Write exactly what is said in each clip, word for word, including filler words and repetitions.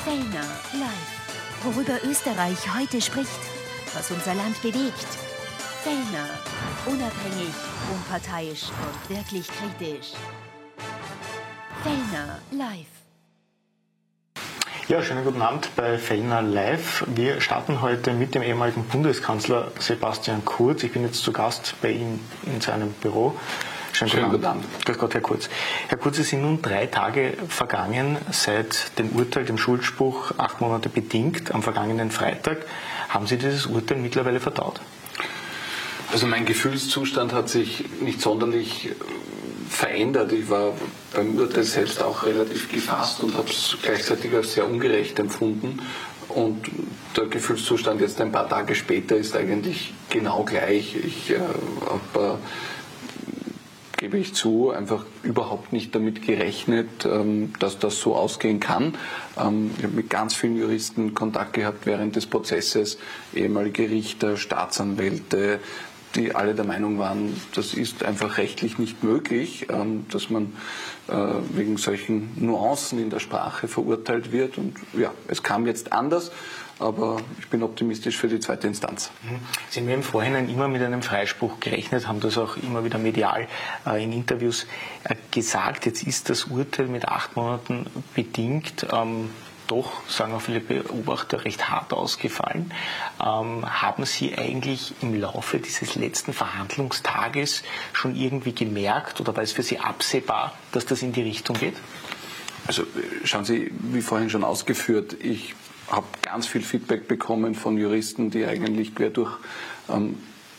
Fellner live. Worüber Österreich heute spricht, was unser Land bewegt. Fellner, unabhängig, unparteiisch und wirklich kritisch. Fellner live. Ja, schönen guten Abend bei Fellner live. Wir starten heute mit dem ehemaligen Bundeskanzler Sebastian Kurz. Ich bin jetzt zu Gast bei ihm in seinem Büro. Schönen, Schönen guten Abend. Grüß Gott, Herr Kurz. Herr Kurz, es sind nun drei Tage vergangen seit dem Urteil, dem Schuldspruch, acht Monate bedingt, am vergangenen Freitag. Haben Sie dieses Urteil mittlerweile verdaut? Also mein Gefühlszustand hat sich nicht sonderlich verändert. Ich war beim Urteil selbst auch relativ gefasst und habe es gleichzeitig als sehr ungerecht empfunden. Und der Gefühlszustand jetzt ein paar Tage später ist eigentlich genau gleich. Ich äh, habe, äh, gebe ich zu, einfach überhaupt nicht damit gerechnet, ähm, dass das so ausgehen kann. Ähm, ich habe mit ganz vielen Juristen Kontakt gehabt während des Prozesses, ehemalige Richter, Staatsanwälte, die alle der Meinung waren, das ist einfach rechtlich nicht möglich, dass man wegen solchen Nuancen in der Sprache verurteilt wird. Und ja, es kam jetzt anders, aber ich bin optimistisch für die zweite Instanz. Sie haben ja im Vorhinein immer mit einem Freispruch gerechnet, haben das auch immer wieder medial in Interviews gesagt. Jetzt ist das Urteil mit acht Monaten bedingt doch, sagen auch viele Beobachter, recht hart ausgefallen. Ähm, haben Sie eigentlich im Laufe dieses letzten Verhandlungstages schon irgendwie gemerkt oder war es für Sie absehbar, dass das in die Richtung geht? Also schauen Sie, wie vorhin schon ausgeführt, ich habe ganz viel Feedback bekommen von Juristen, die eigentlich quer durch ähm,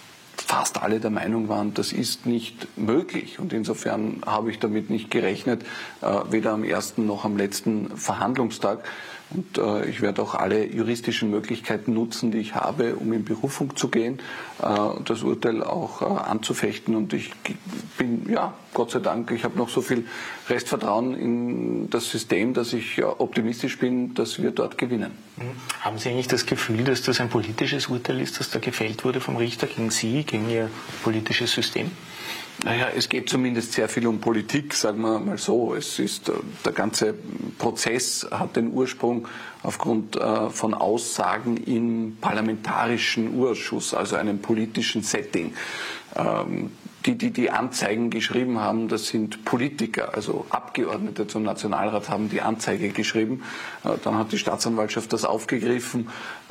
fast alle der Meinung waren, das ist nicht möglich. Und insofern habe ich damit nicht gerechnet, äh, weder am ersten noch am letzten Verhandlungstag. Und äh, ich werde auch alle juristischen Möglichkeiten nutzen, die ich habe, um in Berufung zu gehen, äh, das Urteil auch äh, anzufechten. Und ich bin, ja, Gott sei Dank, ich habe noch so viel Restvertrauen in das System, dass ich ja, optimistisch bin, dass wir dort gewinnen. Haben Sie eigentlich das Gefühl, dass das ein politisches Urteil ist, das da gefällt wurde vom Richter gegen Sie, gegen Ihr politisches System? Naja, es geht zumindest sehr viel um Politik, sagen wir mal so. Es ist, der ganze Prozess hat den Ursprung aufgrund äh, von Aussagen im parlamentarischen Urschuss, also einem politischen Setting. Ähm, Die, die die Anzeigen geschrieben haben, das sind Politiker, also Abgeordnete zum Nationalrat haben die Anzeige geschrieben. Dann hat die Staatsanwaltschaft das aufgegriffen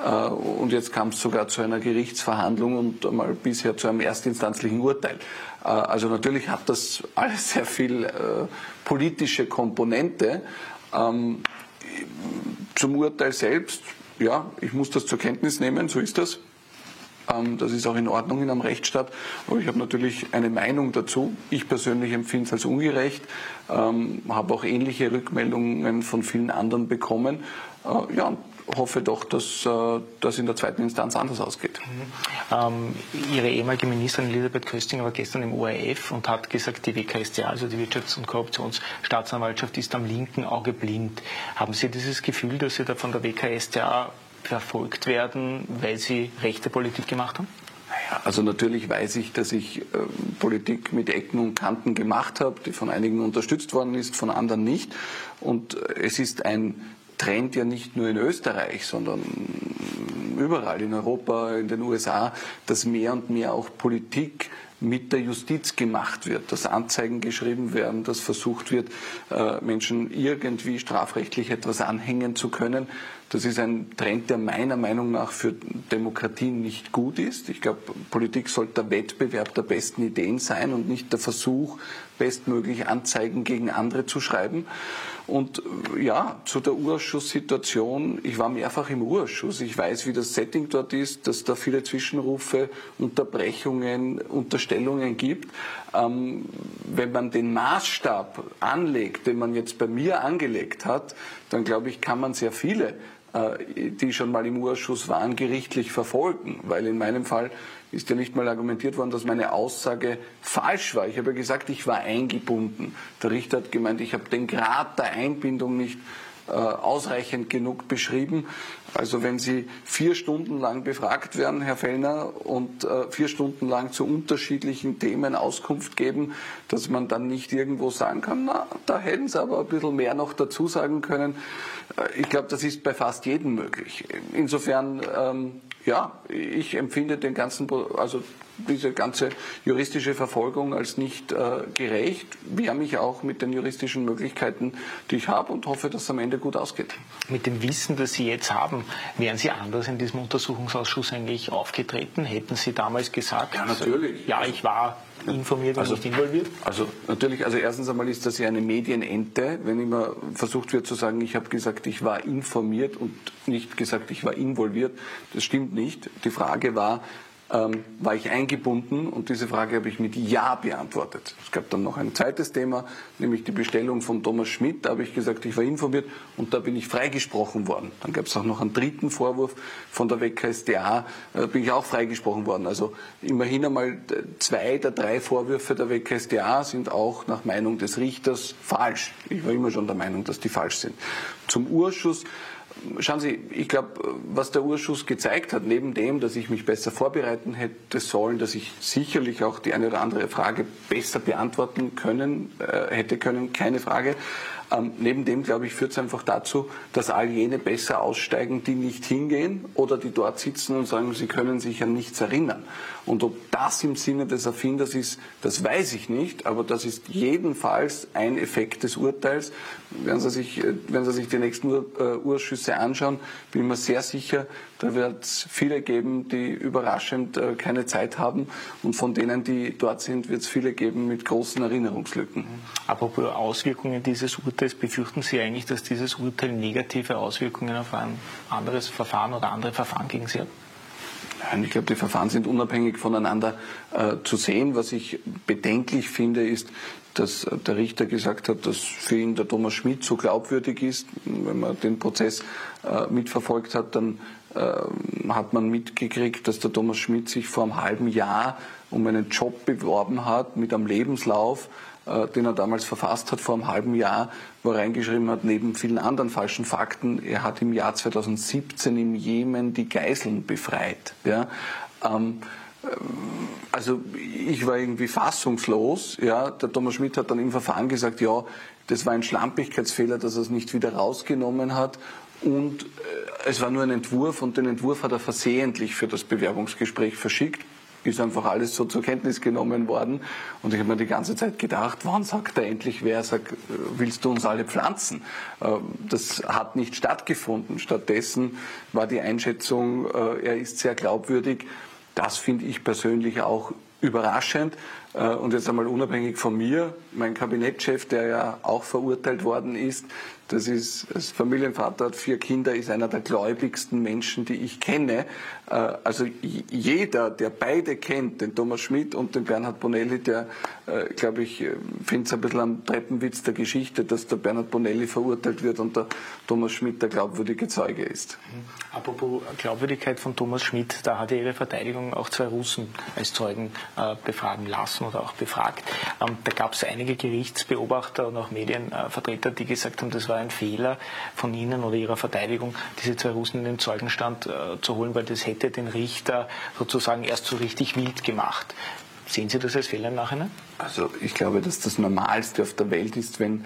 und jetzt kam es sogar zu einer Gerichtsverhandlung und mal bisher zu einem erstinstanzlichen Urteil. Also natürlich hat das alles sehr viel politische Komponente. Zum Urteil selbst, ja, ich muss das zur Kenntnis nehmen, so ist das. Das ist auch in Ordnung in einem Rechtsstaat. Aber ich habe natürlich eine Meinung dazu. Ich persönlich empfinde es als ungerecht, ähm, habe auch ähnliche Rückmeldungen von vielen anderen bekommen. Äh, ja, und hoffe doch, dass äh, das in der zweiten Instanz anders ausgeht. Mhm. Ähm, Ihre ehemalige Ministerin Elisabeth Köstinger war gestern im O R F und hat gesagt, die W K S t A, also die Wirtschafts- und Korruptionsstaatsanwaltschaft, ist am linken Auge blind. Haben Sie dieses Gefühl, dass Sie da von der W K S t A verfolgt werden, weil Sie rechte Politik gemacht haben? Naja, also natürlich weiß ich, dass ich äh, Politik mit Ecken und Kanten gemacht habe, die von einigen unterstützt worden ist, von anderen nicht. Und äh, es ist ein Trend ja nicht nur in Österreich, sondern überall in Europa, in den U S A, dass mehr und mehr auch Politik mit der Justiz gemacht wird, dass Anzeigen geschrieben werden, dass versucht wird, Menschen irgendwie strafrechtlich etwas anhängen zu können. Das ist ein Trend, der meiner Meinung nach für Demokratien nicht gut ist. Ich glaube, Politik sollte der Wettbewerb der besten Ideen sein und nicht der Versuch, bestmöglich Anzeigen gegen andere zu schreiben. Und ja, zu der Urausschuss-Situation, ich war mehrfach im Urausschuss, ich weiß, wie das Setting dort ist, dass da viele Zwischenrufe, Unterbrechungen, Unterstellungen gibt. Ähm, wenn man den Maßstab anlegt, den man jetzt bei mir angelegt hat, dann glaube ich, kann man sehr viele, äh, die schon mal im Urausschuss waren, gerichtlich verfolgen. Weil in meinem Fall ist ja nicht mal argumentiert worden, dass meine Aussage falsch war. Ich habe ja gesagt, ich war eingebunden. Der Richter hat gemeint, ich habe den Grad der Einbindung nicht äh, ausreichend genug beschrieben. Also wenn Sie vier Stunden lang befragt werden, Herr Fellner, und äh, vier Stunden lang zu unterschiedlichen Themen Auskunft geben, dass man dann nicht irgendwo sagen kann, na, da hätten Sie aber ein bisschen mehr noch dazu sagen können. Äh, ich glaube, das ist bei fast jedem möglich. Insofern, ähm, ja, ich empfinde den ganzen, also diese ganze juristische Verfolgung als nicht äh, gerecht, wehre mich auch mit den juristischen Möglichkeiten, die ich habe, und hoffe, dass es am Ende gut ausgeht. Mit dem Wissen, das Sie jetzt haben, wären Sie anders in diesem Untersuchungsausschuss eigentlich aufgetreten? Hätten Sie damals gesagt, ja, natürlich. Ja, ich war informiert und also, nicht involviert? Also natürlich, also erstens einmal ist das ja eine Medienente, wenn immer versucht wird zu sagen, ich habe gesagt, ich war informiert und nicht gesagt, ich war involviert. Das stimmt nicht. Die Frage war, Ähm, war ich eingebunden, und diese Frage habe ich mit Ja beantwortet. Es gab dann noch ein zweites Thema, nämlich die Bestellung von Thomas Schmidt. Da habe ich gesagt, ich war informiert, und da bin ich freigesprochen worden. Dann gab es auch noch einen dritten Vorwurf von der W K S d A, äh, bin ich auch freigesprochen worden. Also immerhin einmal zwei der drei Vorwürfe der W K S d A sind auch nach Meinung des Richters falsch. Ich war immer schon der Meinung, dass die falsch sind. Zum Urschuss. Schauen Sie, ich glaube, was der Urschuss gezeigt hat, neben dem, dass ich mich besser vorbereiten hätte sollen, dass ich sicherlich auch die eine oder andere Frage besser beantworten können, äh, hätte können, keine Frage. Ähm, neben dem, glaube ich, führt es einfach dazu, dass all jene besser aussteigen, die nicht hingehen oder die dort sitzen und sagen, sie können sich an nichts erinnern. Und ob das im Sinne des Erfinders ist, das weiß ich nicht, aber das ist jedenfalls ein Effekt des Urteils. Wenn Sie sich, wenn Sie sich die nächsten Ur, äh, Urschüsse anschauen, bin ich mir sehr sicher, da wird es viele geben, die überraschend äh, keine Zeit haben, und von denen, die dort sind, wird es viele geben mit großen Erinnerungslücken. Apropos Auswirkungen dieses Urteils, befürchten Sie eigentlich, dass dieses Urteil negative Auswirkungen auf ein anderes Verfahren oder andere Verfahren gegen Sie hat? Nein, ich glaube, die Verfahren sind unabhängig voneinander äh, zu sehen. Was ich bedenklich finde, ist, dass der Richter gesagt hat, dass für ihn der Thomas Schmidt so glaubwürdig ist. Wenn man den Prozess äh, mitverfolgt hat, dann äh, hat man mitgekriegt, dass der Thomas Schmidt sich vor einem halben Jahr um einen Job beworben hat mit einem Lebenslauf, äh, den er damals verfasst hat vor einem halben Jahr, wo er reingeschrieben hat, neben vielen anderen falschen Fakten, er hat im Jahr zweitausendsiebzehn im Jemen die Geiseln befreit. Ja? Ähm, Also ich war irgendwie fassungslos. Ja. Der Thomas Schmidt hat dann im Verfahren gesagt, ja, das war ein Schlampigkeitsfehler, dass er es nicht wieder rausgenommen hat. Und äh, es war nur ein Entwurf, und den Entwurf hat er versehentlich für das Bewerbungsgespräch verschickt. Ist einfach alles so zur Kenntnis genommen worden. Und ich habe mir die ganze Zeit gedacht, wann sagt er endlich, wer sagt, willst du uns alle pflanzen? Das hat nicht stattgefunden. Stattdessen war die Einschätzung, er ist sehr glaubwürdig. Das finde ich persönlich auch überraschend. Und jetzt einmal unabhängig von mir, mein Kabinettschef, der ja auch verurteilt worden ist, das ist, als Familienvater, hat vier Kinder, ist einer der gläubigsten Menschen, die ich kenne. Also jeder, der beide kennt, den Thomas Schmidt und den Bernhard Bonelli, der, glaube ich, findet es ein bisschen am Treppenwitz der Geschichte, dass der Bernhard Bonelli verurteilt wird und der Thomas Schmidt der glaubwürdige Zeuge ist. Apropos Glaubwürdigkeit von Thomas Schmidt, da hat ja Ihre Verteidigung auch zwei Russen als Zeugen äh, befragen lassen oder auch befragt. Ähm, da gab es einige Gerichtsbeobachter und auch Medienvertreter, die gesagt haben, das war ein Fehler von Ihnen oder Ihrer Verteidigung, diese zwei Russen in den Zeugenstand äh, zu holen, weil das hätte den Richter sozusagen erst so richtig wild gemacht. Sehen Sie das als Fehler im Nachhinein? Also ich glaube, dass das Normalste auf der Welt ist, wenn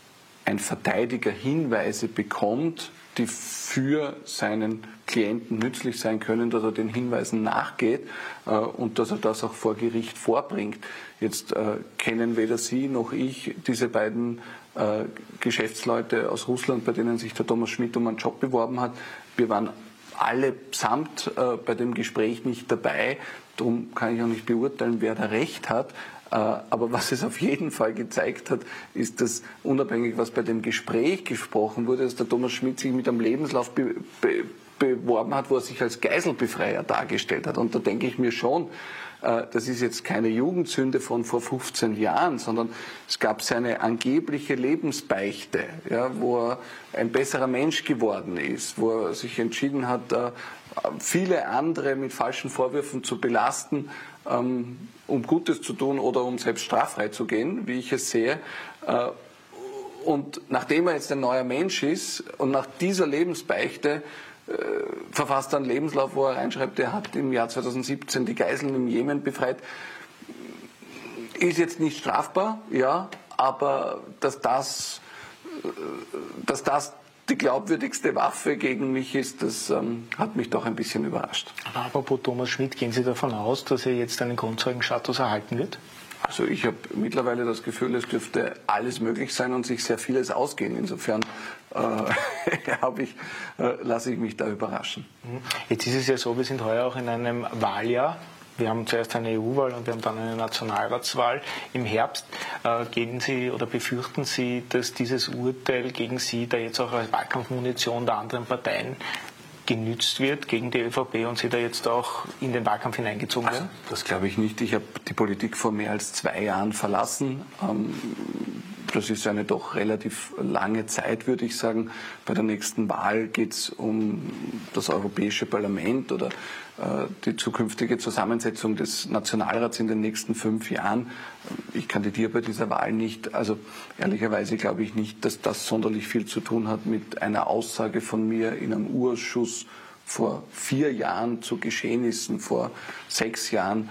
ein Verteidiger Hinweise bekommt, die für seinen Klienten nützlich sein können, dass er den Hinweisen nachgeht äh, und dass er das auch vor Gericht vorbringt. Jetzt äh, kennen weder Sie noch ich diese beiden äh, Geschäftsleute aus Russland, bei denen sich der Thomas Schmidt um einen Job beworben hat. Wir waren allesamt äh, bei dem Gespräch nicht dabei. Darum kann ich auch nicht beurteilen, wer da recht hat. Aber was es auf jeden Fall gezeigt hat, ist, dass unabhängig, was bei dem Gespräch gesprochen wurde, dass der Thomas Schmidt sich mit einem Lebenslauf be be beworben hat, wo er sich als Geiselbefreier dargestellt hat. Und da denke ich mir schon, das ist jetzt keine Jugendsünde von vor fünfzehn Jahren, sondern es gab seine angebliche Lebensbeichte, ja, wo er ein besserer Mensch geworden ist, wo er sich entschieden hat, viele andere mit falschen Vorwürfen zu belasten, um Gutes zu tun oder um selbst straffrei zu gehen, wie ich es sehe. Und nachdem er jetzt ein neuer Mensch ist und nach dieser Lebensbeichte äh, verfasst er einen Lebenslauf, wo er reinschreibt, er hat im Jahr zweitausendsiebzehn die Geiseln im Jemen befreit, ist jetzt nicht strafbar, ja, aber dass das, äh, dass das die glaubwürdigste Waffe gegen mich ist, das ähm, hat mich doch ein bisschen überrascht. Aber apropos Thomas Schmidt, gehen Sie davon aus, dass er jetzt einen Kronzeugenstatus erhalten wird? Also ich habe mittlerweile das Gefühl, es dürfte alles möglich sein und sich sehr vieles ausgehen. Insofern äh, habe ich, äh, lasse ich mich da überraschen. Jetzt ist es ja so, wir sind heuer auch in einem Wahljahr. Wir haben zuerst eine E U-Wahl und wir haben dann eine Nationalratswahl im Herbst. Äh, gehen Sie oder befürchten Sie, dass dieses Urteil gegen Sie, da jetzt auch als Wahlkampfmunition der anderen Parteien genützt wird gegen die ÖVP und Sie da jetzt auch in den Wahlkampf hineingezogen werden? Also, das glaube ich nicht. Ich habe die Politik vor mehr als zwei Jahren verlassen. Ähm, Das ist eine doch relativ lange Zeit, würde ich sagen. Bei der nächsten Wahl geht es um das Europäische Parlament oder äh, die zukünftige Zusammensetzung des Nationalrats in den nächsten fünf Jahren. Ich kandidiere bei dieser Wahl nicht. Also ehrlicherweise glaube ich nicht, dass das sonderlich viel zu tun hat mit einer Aussage von mir in einem U-Ausschuss vor vier Jahren zu Geschehnissen vor sechs Jahren.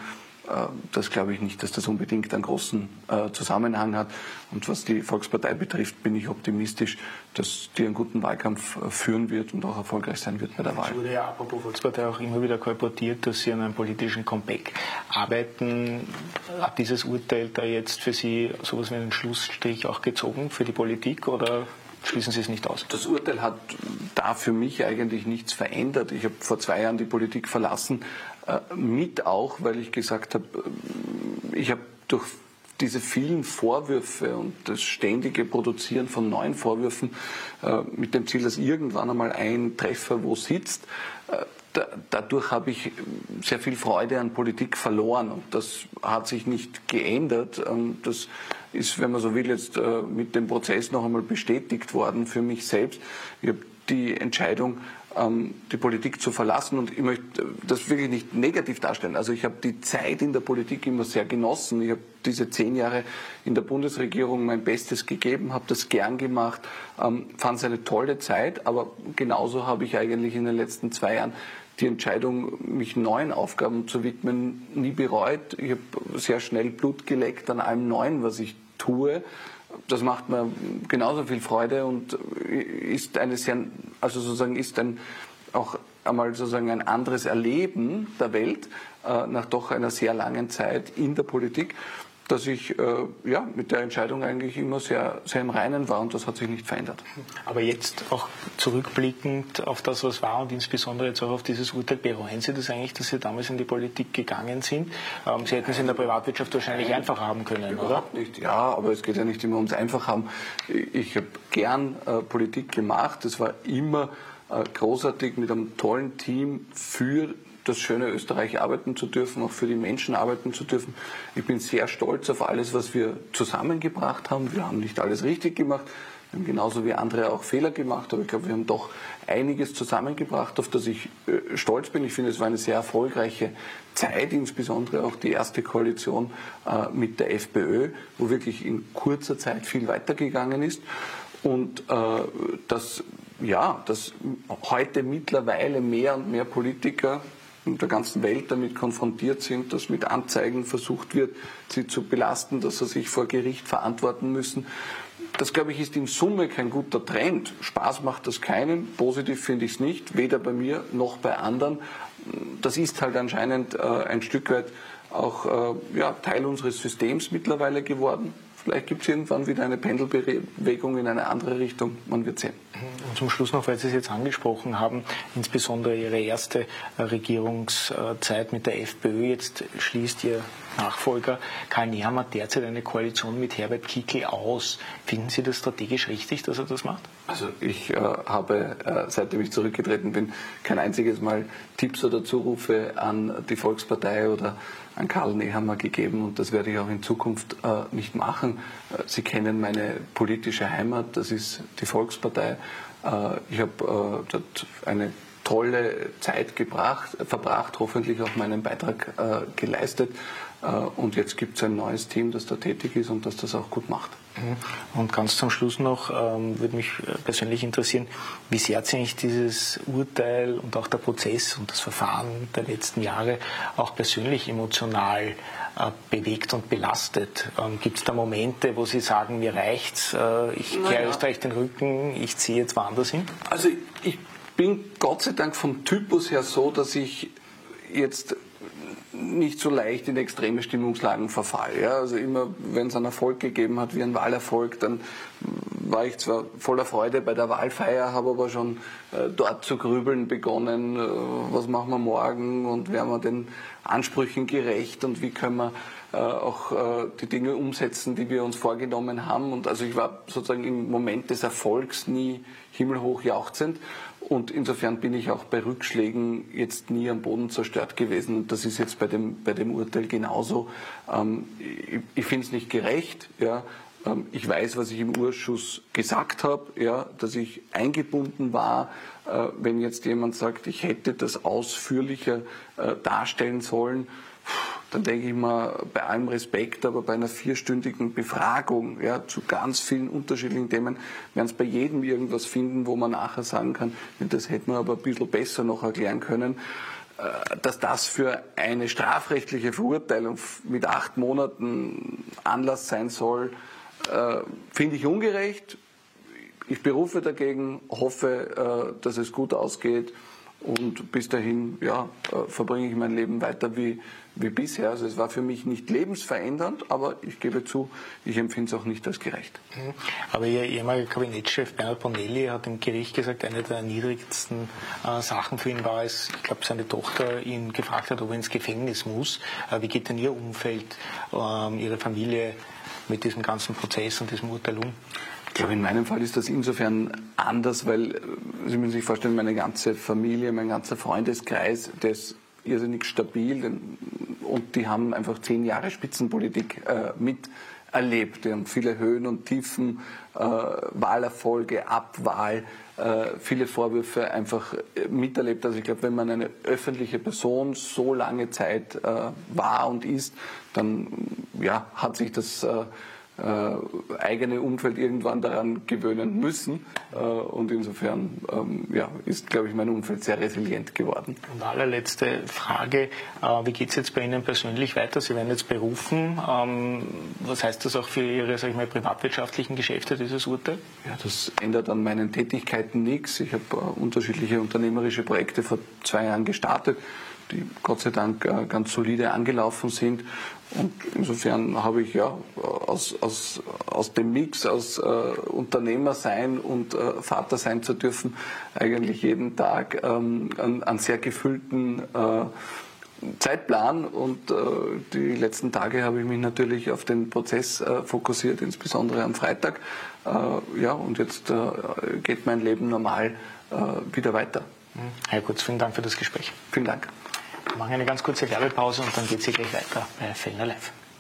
Das glaube ich nicht, dass das unbedingt einen großen äh, Zusammenhang hat. Und was die Volkspartei betrifft, bin ich optimistisch, dass die einen guten Wahlkampf äh, führen wird und auch erfolgreich sein wird bei der Wahl. Es wurde ja apropos Volkspartei auch immer wieder kolportiert, dass Sie an einem politischen Comeback arbeiten. Hat dieses Urteil da jetzt für Sie sowas wie einen Schlussstrich auch gezogen für die Politik oder schließen Sie es nicht aus? Das Urteil hat da für mich eigentlich nichts verändert. Ich habe vor zwei Jahren die Politik verlassen, mit auch, weil ich gesagt habe, ich habe durch diese vielen Vorwürfe und das ständige Produzieren von neuen Vorwürfen äh, mit dem Ziel, dass irgendwann einmal ein Treffer wo sitzt, äh, da, dadurch habe ich sehr viel Freude an Politik verloren und das hat sich nicht geändert. Ähm, das ist, wenn man so will, jetzt äh, mit dem Prozess noch einmal bestätigt worden für mich selbst. Ich habe die Entscheidung, die Politik zu verlassen. Und ich möchte das wirklich nicht negativ darstellen. Also ich habe die Zeit in der Politik immer sehr genossen. Ich habe diese zehn Jahre in der Bundesregierung mein Bestes gegeben, habe das gern gemacht, ähm, fand es eine tolle Zeit. Aber genauso habe ich eigentlich in den letzten zwei Jahren die Entscheidung, mich neuen Aufgaben zu widmen, nie bereut. Ich habe sehr schnell Blut geleckt an allem Neuen, was ich tue. Das macht mir genauso viel Freude und ist eine sehr, also sozusagen ist ein auch einmal sozusagen ein anderes Erleben der Welt äh, nach doch einer sehr langen Zeit in der Politik, dass ich äh, ja, mit der Entscheidung eigentlich immer sehr, sehr im Reinen war und das hat sich nicht verändert. Aber jetzt auch zurückblickend auf das, was war und insbesondere jetzt auch auf dieses Urteil, bereuen Sie das eigentlich, dass Sie damals in die Politik gegangen sind? Ähm, Sie hätten es in der Privatwirtschaft wahrscheinlich einfacher haben können, Überhaupt oder? Nicht. Ja, aber es geht ja nicht immer ums Einfachhaben. Ich habe gern äh, Politik gemacht. Es war immer äh, großartig mit einem tollen Team für das schöne Österreich arbeiten zu dürfen, auch für die Menschen arbeiten zu dürfen. Ich bin sehr stolz auf alles, was wir zusammengebracht haben. Wir haben nicht alles richtig gemacht, wir haben genauso wie andere auch Fehler gemacht, aber ich glaube, wir haben doch einiges zusammengebracht, auf das ich äh, stolz bin. Ich finde, es war eine sehr erfolgreiche Zeit, insbesondere auch die erste Koalition äh, mit der FPÖ, wo wirklich in kurzer Zeit viel weitergegangen ist. Und äh, dass, ja, dass heute mittlerweile mehr und mehr Politiker der ganzen Welt damit konfrontiert sind, dass mit Anzeigen versucht wird, sie zu belasten, dass sie sich vor Gericht verantworten müssen. Das, glaube ich, ist in Summe kein guter Trend. Spaß macht das keinen, positiv finde ich es nicht, weder bei mir noch bei anderen. Das ist halt anscheinend äh, ein Stück weit auch äh, ja, Teil unseres Systems mittlerweile geworden. Vielleicht gibt es irgendwann wieder eine Pendelbewegung in eine andere Richtung. Man wird sehen. Und zum Schluss noch, weil Sie es jetzt angesprochen haben, insbesondere Ihre erste Regierungszeit mit der FPÖ. Jetzt schließt Ihr Nachfolger Karl Nehammer derzeit eine Koalition mit Herbert Kickl aus. Finden Sie das strategisch richtig, dass er das macht? Also ich äh, habe, äh, seitdem ich zurückgetreten bin, kein einziges Mal Tipps oder Zurufe an die Volkspartei oder an Karl Nehammer gegeben und das werde ich auch in Zukunft äh, nicht machen. Äh, Sie kennen meine politische Heimat, das ist die Volkspartei. Äh, ich habe äh, dort eine tolle Zeit gebracht, verbracht, hoffentlich auch meinen Beitrag äh, geleistet. Äh, und jetzt gibt es ein neues Team, das da tätig ist und das das auch gut macht. Und ganz zum Schluss noch ähm, würde mich persönlich interessieren, wie sehr hat sich eigentlich dieses Urteil und auch der Prozess und das Verfahren der letzten Jahre auch persönlich emotional äh, bewegt und belastet? Ähm, Gibt es da Momente, wo Sie sagen, mir reicht's, äh, ich kehre naja. Österreich den Rücken, ich ziehe jetzt woanders hin? Also ich bin Gott sei Dank vom Typus her so, dass ich jetzt nicht so leicht in extreme Stimmungslagen verfall. Ja? Also immer, wenn es einen Erfolg gegeben hat, wie ein Wahlerfolg, dann war ich zwar voller Freude bei der Wahlfeier, habe aber schon äh, dort zu grübeln begonnen, äh, was machen wir morgen und werden wir den Ansprüchen gerecht und wie können wir äh, auch äh, die Dinge umsetzen, die wir uns vorgenommen haben. Und also ich war sozusagen im Moment des Erfolgs nie himmelhoch jauchzend. Und insofern bin ich auch bei Rückschlägen jetzt nie am Boden zerstört gewesen. Und das ist jetzt bei dem, bei dem Urteil genauso. Ähm, ich ich finde es nicht gerecht. Ja. Ähm, ich weiß, was ich im Ausschuss gesagt habe, ja, dass ich eingebunden war. Äh, wenn jetzt jemand sagt, ich hätte das ausführlicher äh, darstellen sollen, dann denke ich mal, bei allem Respekt, aber bei einer vierstündigen Befragung ja, zu ganz vielen unterschiedlichen Themen werden es bei jedem irgendwas finden, wo man nachher sagen kann, das hätte man aber ein bisschen besser noch erklären können. Dass das für eine strafrechtliche Verurteilung mit acht Monaten Anlass sein soll, finde ich ungerecht. Ich berufe dagegen, hoffe, dass es gut ausgeht. Und bis dahin ja, äh, verbringe ich mein Leben weiter wie, wie bisher. Also es war für mich nicht lebensverändernd, aber ich gebe zu, ich empfinde es auch nicht als gerecht. Aber Ihr ehemaliger Kabinettschef Bernhard Bonelli hat im Gericht gesagt, eine der niedrigsten äh, Sachen für ihn war es, ich glaube, seine Tochter ihn gefragt hat, ob er ins Gefängnis muss. Äh, wie geht denn Ihr Umfeld, äh, Ihre Familie mit diesem ganzen Prozess und diesem Urteil um? Ich glaube, in meinem Fall ist das insofern anders, weil Sie müssen sich vorstellen, meine ganze Familie, mein ganzer Freundeskreis, der ist irrsinnig stabil und die haben einfach zehn Jahre Spitzenpolitik äh, miterlebt. Die haben viele Höhen und Tiefen, äh, Wahlerfolge, Abwahl, äh, viele Vorwürfe einfach miterlebt. Also ich glaube, wenn man eine öffentliche Person so lange Zeit äh, war und ist, dann ja, hat sich das äh, Äh, eigene Umfeld irgendwann daran gewöhnen müssen. Äh, und insofern ähm, ja, ist, glaube ich, mein Umfeld sehr resilient geworden. Und allerletzte Frage, äh, wie geht es jetzt bei Ihnen persönlich weiter? Sie werden jetzt berufen. Ähm, was heißt das auch für Ihre, sag ich mal, privatwirtschaftlichen Geschäfte, dieses Urteil? Ja, das ändert an meinen Tätigkeiten nichts. Ich habe äh, unterschiedliche unternehmerische Projekte vor zwei Jahren gestartet, die Gott sei Dank äh, ganz solide angelaufen sind. Und insofern habe ich ja aus, aus, aus dem Mix, aus äh, Unternehmer sein und äh, Vater sein zu dürfen, eigentlich jeden Tag ähm, einen, einen sehr gefüllten äh, Zeitplan. Und äh, die letzten Tage habe ich mich natürlich auf den Prozess äh, fokussiert, insbesondere am Freitag. Äh, ja, und jetzt äh, geht mein Leben normal äh, wieder weiter. Herr Kurz, vielen Dank für das Gespräch. Vielen Dank. Wir machen eine ganz kurze Werbepause und dann geht es hier gleich weiter bei Fellner Live.